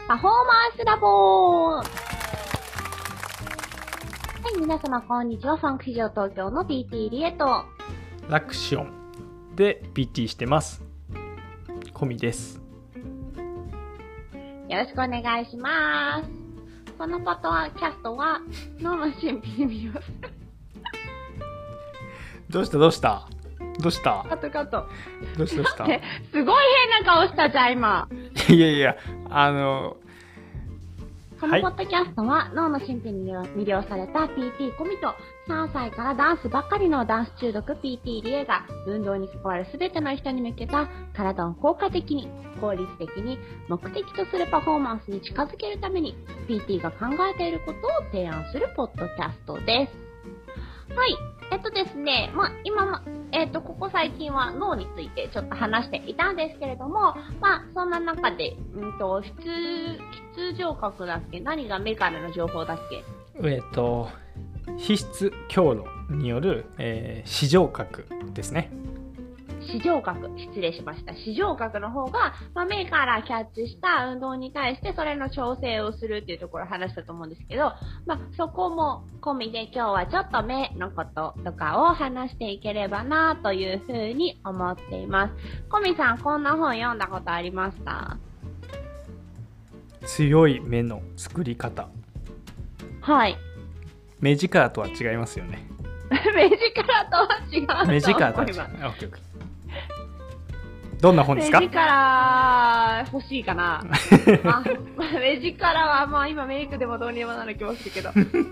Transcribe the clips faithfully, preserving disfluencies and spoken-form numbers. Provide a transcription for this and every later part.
パフォーマンスラボ。はい、皆様こんにちは。ファンク市場東京の ピーティー リエとラクションで ピーティー してます。コミです。 よろしくお願いします。このポッドキャストは脳の神秘に魅了するどうしたどうしたどうしたカットカットどうしたどうしたすごい変な顔したじゃん今。 いやいや、あのこのポッドキャストは、はい、脳の神秘に魅了された ピーティー コミとさんさいからダンスばっかりのダンス中毒 ピーティー リエが運動に関わるすべての人に向けた体を効果的に効率的に目的とするパフォーマンスに近づけるために ピーティー が考えていることを提案するポッドキャストです。はい。えっとですね、まあ、今も、えっと、ここ最近は脳についてちょっと話していたんですけれども、まあ、そんな中で、うんと、質、質情覚だっけ？何が目からの情報だっけ？ えっと、皮質強度による、えー、視情覚ですね。 視情覚、失礼しました。視情覚の方が、まあ、目からキャッチした運動に対してそれの調整をするっていうところを話したと思うんですけど、まあ、そこも込みで今日はちょっと目のこととかを話していければなというふうに思っています。コミさん、こんな本読んだことありますか？ 強い目の作り方。 はい。 目力とは違いますよね。 目力とは違うと思います。 目力とは違う。オッケーオッケー。どんな本ですか？ 目力欲しいかな。まあ、目力はまあ今メイクでもどうにでもなる気もするけど。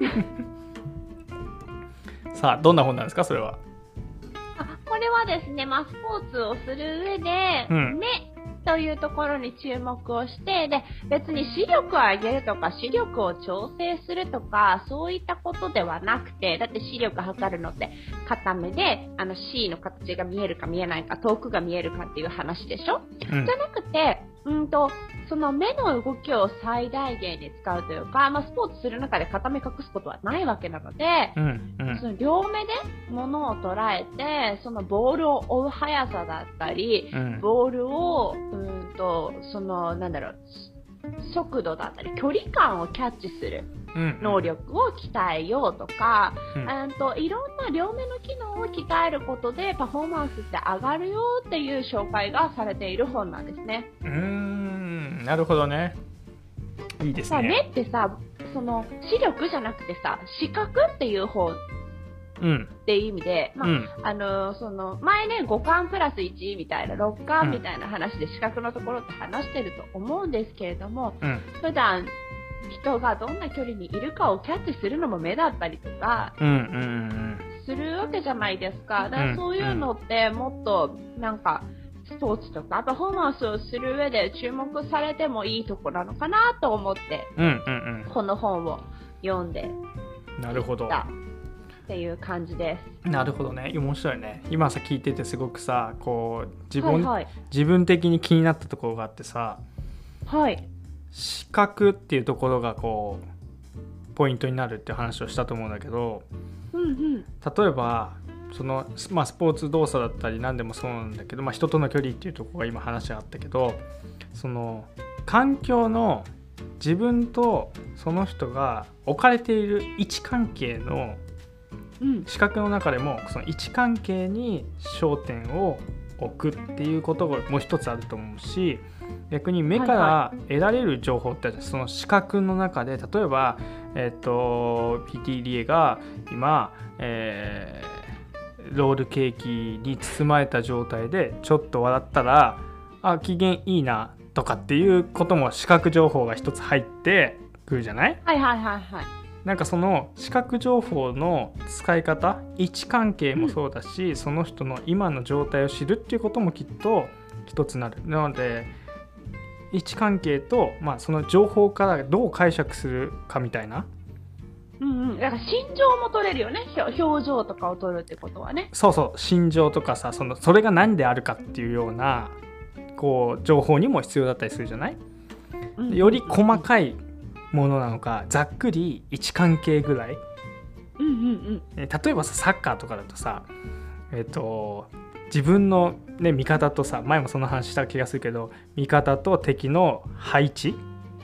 さあ、どんな本なんですかそれは？ あ、これはですね、まあスポーツをする上で、うん、目というところに注目をして、で、別に視力を上げるとか視力を調整するとかそういったことではなくて、だって視力測るのって片目であの C の形が見えるか見えないか、遠くが見えるかっていう話でしょ、うん、じゃなくて、うんとその目の動きを最大限に使うというか、まあ、スポーツする中で片目隠すことはないわけなので、うんうん、その両目で物を捉えて、そのボールを追う速さだったり、うん、ボールをうんとそのなんだろう速度だったり距離感をキャッチする能力を鍛えようとか、うん、といろんな両目の機能を鍛えることでパフォーマンスって上がるよっていう紹介がされている本なんですね。 うーん、なるほどね。いいですね。 目ってさ、その視力じゃなくてさ、視覚っていう方っていう意味で、うん、まあ、うん、あのその前ねごかんプラスいちみたいなろっかんみたいな話で視覚のところって話してると思うんですけれども、うん、普段人がどんな距離にいるかをキャッチするのも目だったりとかするわけじゃないですか。だからそういうのってもっとなんかスポーツとかパフォーマンスをする上で注目されてもいいところなのかなと思って、うんうんうん、この本を読んでなるほどっていう感じです。 なるほどね。面白いね。今さ聞いててすごくさ、こう自分、 はいはい、 自分的に気になったところがあってさ、 はい、 視覚っていうところがこうポイントになるっていう話をしたと思うんだけど、 うんうん、 例えばその、まあ、スポーツ動作だったり何でもそうなんだけど、まあ、人との距離っていうところが今話があったけど、その環境の自分とその人が置かれている位置関係の視覚の中でもその位置関係に焦点を置くっていうことがもう一つあると思うし、逆に目から得られる情報ってその視覚の中で、例えば、えっと、ピーティー リエが今、えー、ロールケーキに包まれた状態でちょっと笑ったら、あ、機嫌いいなとかっていうことも視覚情報が一つ入ってくるじゃない？ はいはいはいはい。 なんかその視覚情報の使い方、位置関係もそうだし、うん、その人の今の状態を知るっていうこともきっと一つなる。なので位置関係と、まあ、その情報からどう解釈するかみたいな、 うんうん、だから心情も取れるよね。表情とかを取るってことはね。 そうそう、心情とかさ、そのそれが何であるかっていうようなこう情報にも必要だったりするじゃない、うん、より細かいものなのか、ざっくり位置関係ぐらい、 うんうんうん、 例えばさ、サッカーとかだとさ、えっと自分の、ね、味方とさ、前もその話した気がするけど、味方と敵の配置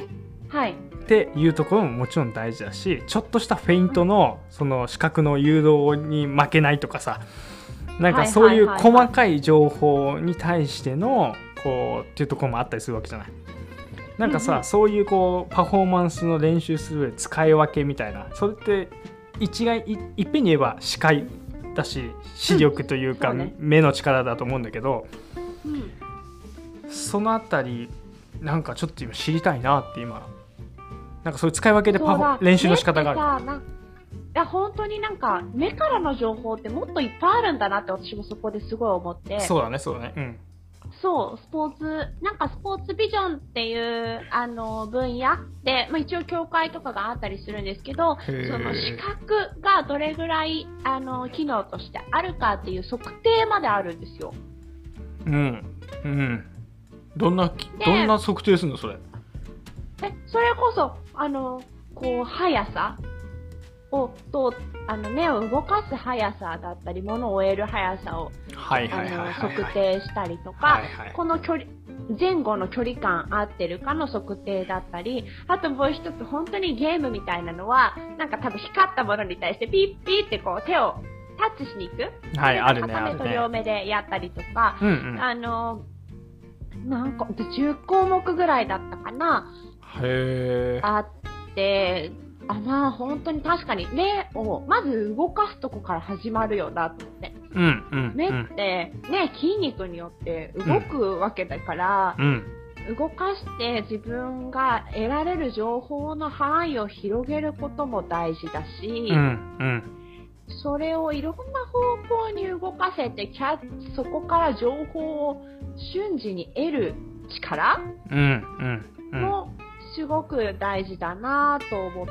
はい、 っていうところももちろん大事だし、ちょっとしたフェイントのその視覚の誘導に負けないとかさ、なんかそういう細かい情報に対してのこうっていうところもあったりするわけじゃない。なんかさ、うんうん、そういうこうパフォーマンスの練習する使い分けみたいな、それって一概いいっぺんに言えば視界だし視力というか、うんね、目の力だと思うんだけど、うん、そのあたりなんかちょっと今知りたいなって今なんかそういう使い分けでパフォ練習の仕方がある。 いや本当になんか目からの情報ってもっといっぱいあるんだなって私もそこですごい思って。 そうだねそうだね、うん、 そうスポーツなんかスポーツビジョンっていうあの分野で、まあ、一応協会とかがあったりするんですけど、その視覚がどれぐらいあの機能としてあるかっていう測定まであるんですよ。 うんうんどんなどんな測定するのそれ？ えそれこそあのこう速さをとあの目を動かす速さだったり物を終える速さを測定したりとか、はいはい、この距離前後の距離感合ってるかの測定だったり、あともう一つ本当にゲームみたいなのはなんか多分光ったものに対してピッピッってこう手をタッチしに行く、 はい、あるね片目と両目でやったりとか、 うんうん、 あのなんかじゅっこうもくぐらいだったかなへあってあまあ本当に確かに目をまず動かすとこから始まるよなと思って、 うんうん、 目ってね筋肉によって動くわけだから、 うんうん、動かして自分が得られる情報の範囲を広げることも大事だし、 うんうん、 それをいろんな方向に動かせてキャそこから情報を瞬時に得る力も、 うんうんうんすごく大事だなと思って、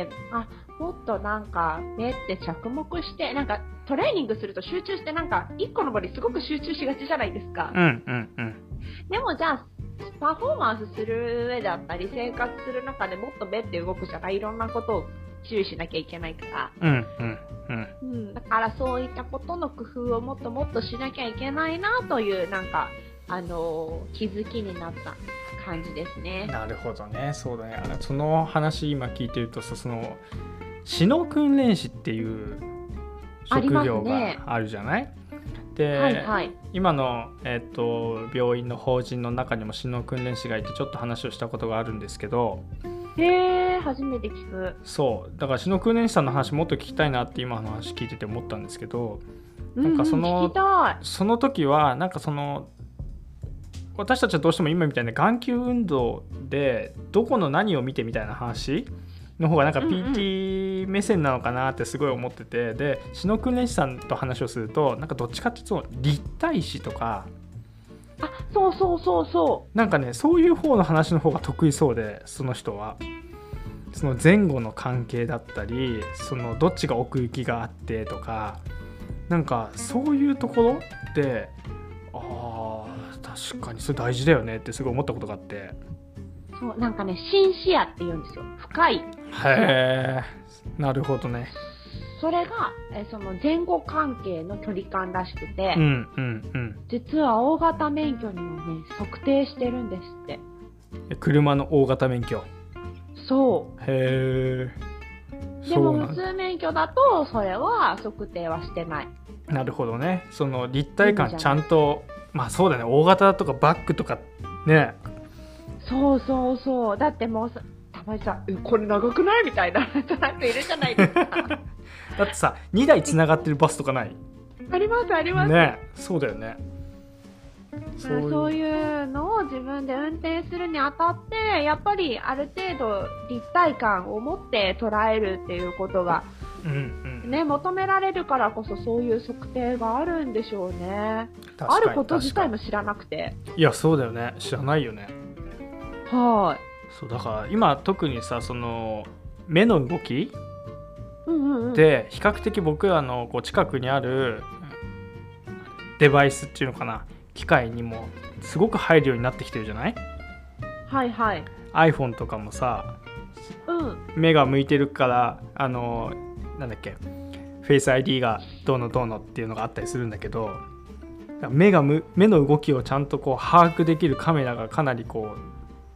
あ、もっとなんか目って着目して、なんかトレーニングすると集中してなんか一個の場にすごく集中しがちじゃないですか。 うんうんうん。 でもじゃあパフォーマンスする上だったり生活する中でもっと目って動くじゃない、いろんなことを注意しなきゃいけないから。 うんうんうん。 うん、だからそういったことの工夫をもっともっとしなきゃいけないなというなんかあの気づきになった感じですね。 なるほどね、そうだね。あのその話今聞いてるとその視能訓練士っていう職業があるじゃない。で、はいはい、今の、えーと、病院の法人の中にも視能訓練士がいてちょっと話をしたことがあるんですけど、 へー初めて聞く。 そうだから視能訓練士さんの話もっと聞きたいなって今の話聞いてて思ったんですけど、なんかその、 うんうん、聞きたい。 その時はなんかその私たちはどうしても今みたいな眼球運動でどこの何を見てみたいな話の方がなんか ピーティー 目線なのかなってすごい思ってて、うんうん、で視能訓練士さんと話をするとなんかどっちかっていうと立体視とか、 あ、そうそうそうそう、 なんかねそういう方の話の方が得意そうで、その人はその前後の関係だったりそのどっちが奥行きがあってとか、なんかそういうところってあ確かにそれ大事だよねってすごい思ったことがあって、 そうなんかね深視野って言うんですよ、深い。 へーなるほどね。 それがえその前後関係の距離感らしくて、 うんうんうん、 実は大型免許にもね測定してるんですって。 車の大型免許。 そう。 へー。でも普通免許だとそれは測定はしてない。 なるほどね。その立体感ちゃんと、まあそうだね、大型とかバックとかね。 そうそうそう。だってもうさたまにさ、これ長くないみたいな人なんかいるじゃないですか。 だってさにだいつながってるバスとかない？ ありますありますね。そうだよね。 そういう、そういうのを自分で運転するにあたってやっぱりある程度立体感を持って捉えるっていうことが、うんうんね、求められるからこそそういう測定があるんでしょうね。あること自体も知らなくて。 いやそうだよね、知らないよね。 はい。 そうだから今特にさその目の動きうんうんうん、 で比較的僕らのこう近くにあるデバイスっていうのかな、機械にもすごく入るようになってきてるじゃない？ はいはい。 iPhone とかもさ、 うん、 目が向いてるからあのなんだっけフェイス アイディー がどうのどうのっていうのがあったりするんだけど、目がむ目の動きをちゃんとこう把握できるカメラがかなりこう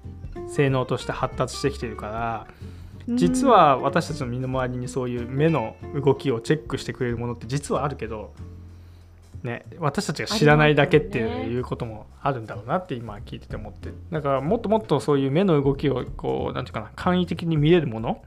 性能として発達してきてるから、実は私たちの身の回りにそういう目の動きをチェックしてくれるものって実はあるけど、ね、私たちが知らないだけっていうこともあるんだろうなって今聞いてて思って、だからもっともっとそういう目の動きをこうなんていうかな、簡易的に見れるもの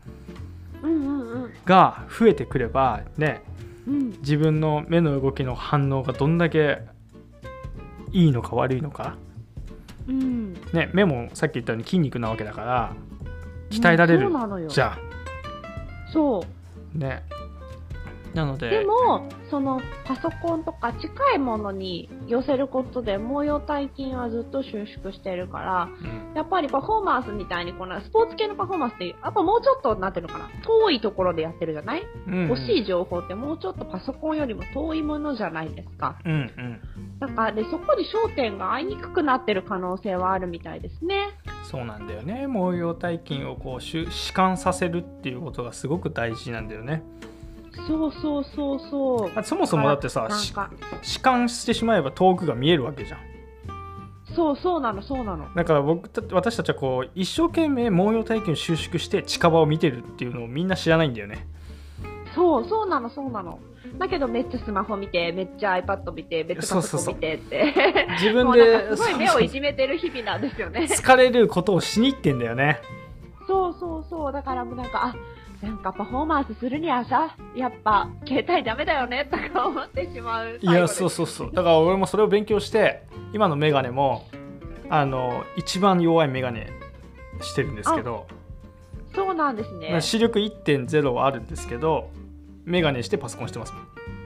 が増えてくればね、自分の目の動きの反応がどんだけいいのか悪いのか、ね、目もさっき言ったように筋肉なわけだから鍛えられるじゃん。 そうね。なのででもそのパソコンとか近いものに寄せることで毛様体筋はずっと収縮してるから、うん、やっぱりパフォーマンスみたいにこのスポーツ系のパフォーマンスってやっぱもうちょっとなんていうのかな、遠いところでやってるじゃない、うんうん、欲しい情報ってもうちょっとパソコンよりも遠いものじゃないですか、うんうん、だからでそこに焦点が合いにくくなってる可能性はあるみたいですね。 そうなんだよね。毛様体筋をこう弛緩させるっていうことがすごく大事なんだよね。 そうそうそうそう。 そもそもだってさ、弛緩してしまえば遠くが見えるわけじゃん。 そうそうなのそうなの。 だから僕た私たちはこう一生懸命毛様体筋を収縮して近場を見てるっていうのをみんな知らないんだよね。 そうそうなのそうなの。だけどめっちゃスマホ見て、めっちゃ iPad 見て、めっちゃパソコン見てって自分ですごい目をいじめてる日々なんですよね。 疲れることをしに行ってんだよね。 そうそうそう。だからもうなんかあなんかパフォーマンスするにはさ、やっぱ携帯ダメだよねとか思ってしまう。 いやそうそうそう。だから俺もそれを勉強して、今のメガネもあの一番弱いメガネしてるんですけど。 そうなんですね。 視力 いってんゼロ はあるんですけど、メガネしてパソコンしてますもん。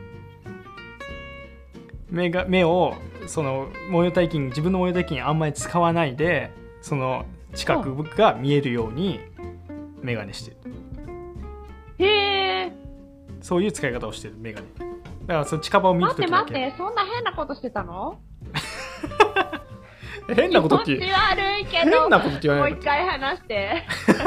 目が目をその毛様体筋、自分の毛様体筋あんまり使わないで、その近くが見えるようにメガネしてる。 へー、 そういう使い方をしてるメガネ。だからその近場を見るときだけ。 待って待って、そんな変なことしてたの？ 変なことって気持ち悪いけど変なことって言わない。 もう一回話して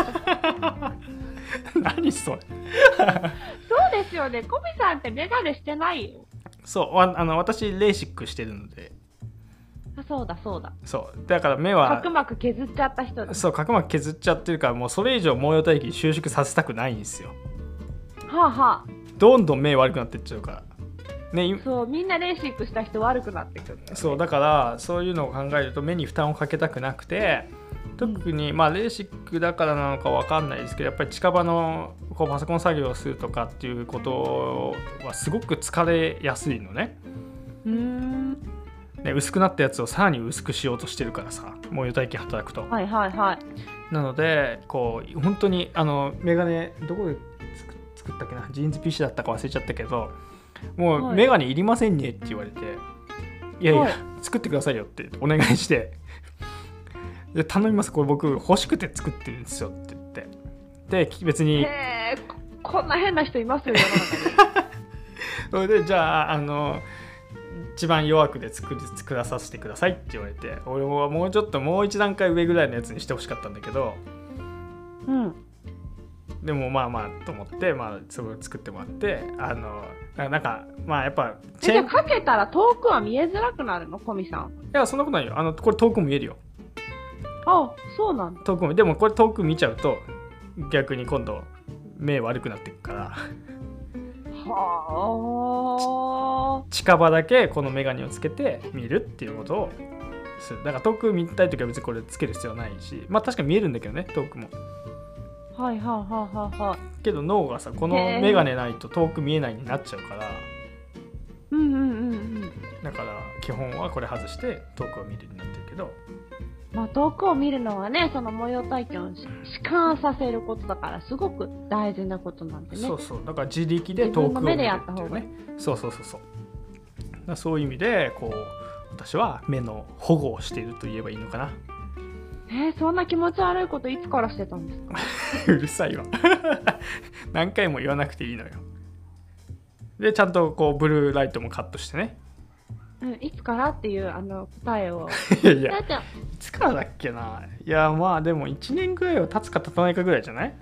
何それそうですよね。コミさんってメガネしてないよ。 そうあの私レーシックしてるので。 あ、そうだそうだ。 そうだから目は角膜削っちゃった人だ。 そう角膜削っちゃってるから、もうそれ以上毛様体筋収縮させたくないんですよ。 はあはあ。 どんどん目悪くなってっちゃうからね。 そうみんなレーシックした人悪くなってくる、ね、 そうだからそういうのを考えると目に負担をかけたくなくて、特にまあレーシックだからなのか分かんないですけど、やっぱり近場のこうパソコン作業をするとかっていうことはすごく疲れやすいのね。うーん、ね、薄くなったやつをさらに薄くしようとしてるからさ、毛様体筋働くと。 はいはいはい。 なのでこう本当にあのメガネどこで作ったっけな、ジーンズ ピーシー だったか忘れちゃったけど、もうメガネいりませんねって言われて、はい、いやいや、はい、作ってくださいよってお願いしてで頼みます、これ僕欲しくて作ってるんですよって言って、で別にへー、こんな変な人いますよ世の中にそれでじゃああの一番弱くで作り作らさせてくださいって言われて、俺ももうちょっともう一段階上ぐらいのやつにしてほしかったんだけど、うん、でもまあまあと思って、まあ、それを作ってもらって、あのなんかまあやっぱチェーン、じゃあかけたら遠くは見えづらくなるの、コミさん？ いやそんなことないよ。あのこれ遠く見えるよ。 あ、そうなんだ。 遠くでもこれ遠く見ちゃうと逆に今度目悪くなっていくから。はあ。近場だけこのメガネをつけて見るっていうことをする。だから遠く見たいときは別にこれつける必要ないし、まあ確かに見えるんだけどね、遠くも。 はいはいはいはいはい。 けど脳がさ、このメガネないと遠く見えないになっちゃうから。うんうんうんうん。だから基本はこれ外して遠くを見るようになってるけど。 まあ遠くを見るのはね、その模様体験を弛緩させることだからすごく大事なことなんでね。 そうそう。だから自力で遠くを見るっていうね。そうそうそうそう。だそういう意味でこう私は目の保護をしていると言えばいいのかな。 えー、そんな気持ち悪いこといつからしてたんですか？ うるさいわ何回も言わなくていいのよ。でちゃんとこうブルーライトもカットしてね、 うん、いつからっていうあの答えをいやいやいつからだっけな。いやまあでもいちねんぐらいは経つか経たないかぐらいじゃない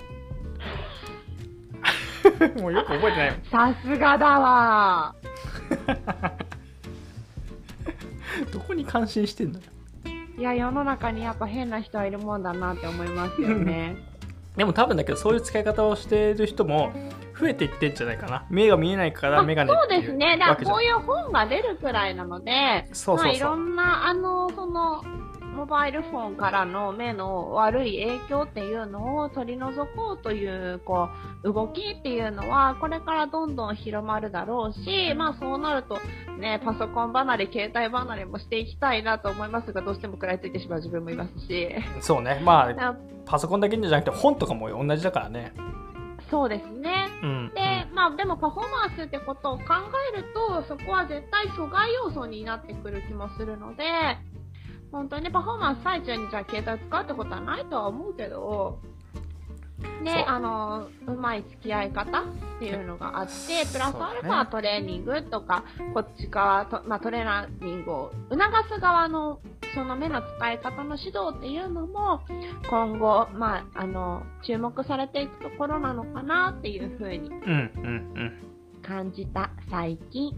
もうよく覚えてないもん。 さすがだわどこに感心してんのよ。 いや、世の中にやっぱ変な人はいるもんだなって思いますよね。 でも多分だけど、そういう使い方をしている人も増えていってんじゃないかな。目が見えないからメガネっていうそうですね。だからこういう本が出るくらいなので、 そうそうそう、 まあ、いろんな、あの、その、モバイルフォンからの目の悪い影響っていうのを取り除こうという、こう、動きっていうのは、これからどんどん広まるだろうし、まあそうなると、ね、パソコン離れ、携帯離れもしていきたいなと思いますが、どうしても食らいついてしまう自分もいますし。 そうね。まあ、パソコンだけじゃなくて本とかも同じだからね。 そうですね。うん、で、まあでもパフォーマンスってことを考えると、そこは絶対阻害要素になってくる気もするので、本当にね、パフォーマンス最中にじゃあ携帯使うってことはないとは思うけど、ね、あの、うまい付き合い方っていうのがあって、プラスアルファトレーニングとか、こっち側と、まあトレーニングを促す側の、その目の使い方の指導っていうのも、今後、まあ、あの、注目されていくところなのかなっていうふうに、感じた最近。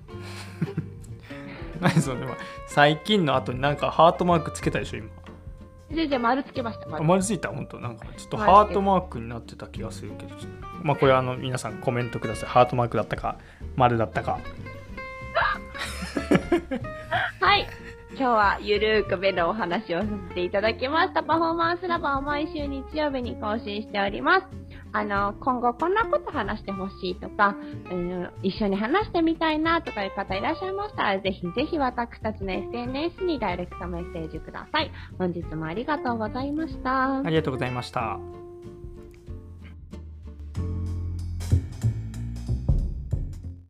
何それ、最近の後になんかハートマークつけたでしょ今。 全然丸つけました。 丸, 丸ついた。本当なんかちょっとハートマークになってた気がするけど、まあこれあの皆さんコメントください。ハートマークだったか丸だったか。 はい、今日はゆるーく目のお話をさせていただきました。パフォーマンスラボは毎週日曜日に更新しております。あの、今後こんなこと話してほしいとか、うん、一緒に話してみたいなとかいう方いらっしゃいましたら、ぜひぜひ私たちの エスエヌエス にダイレクトメッセージください。本日もありがとうございました。 ありがとうございました。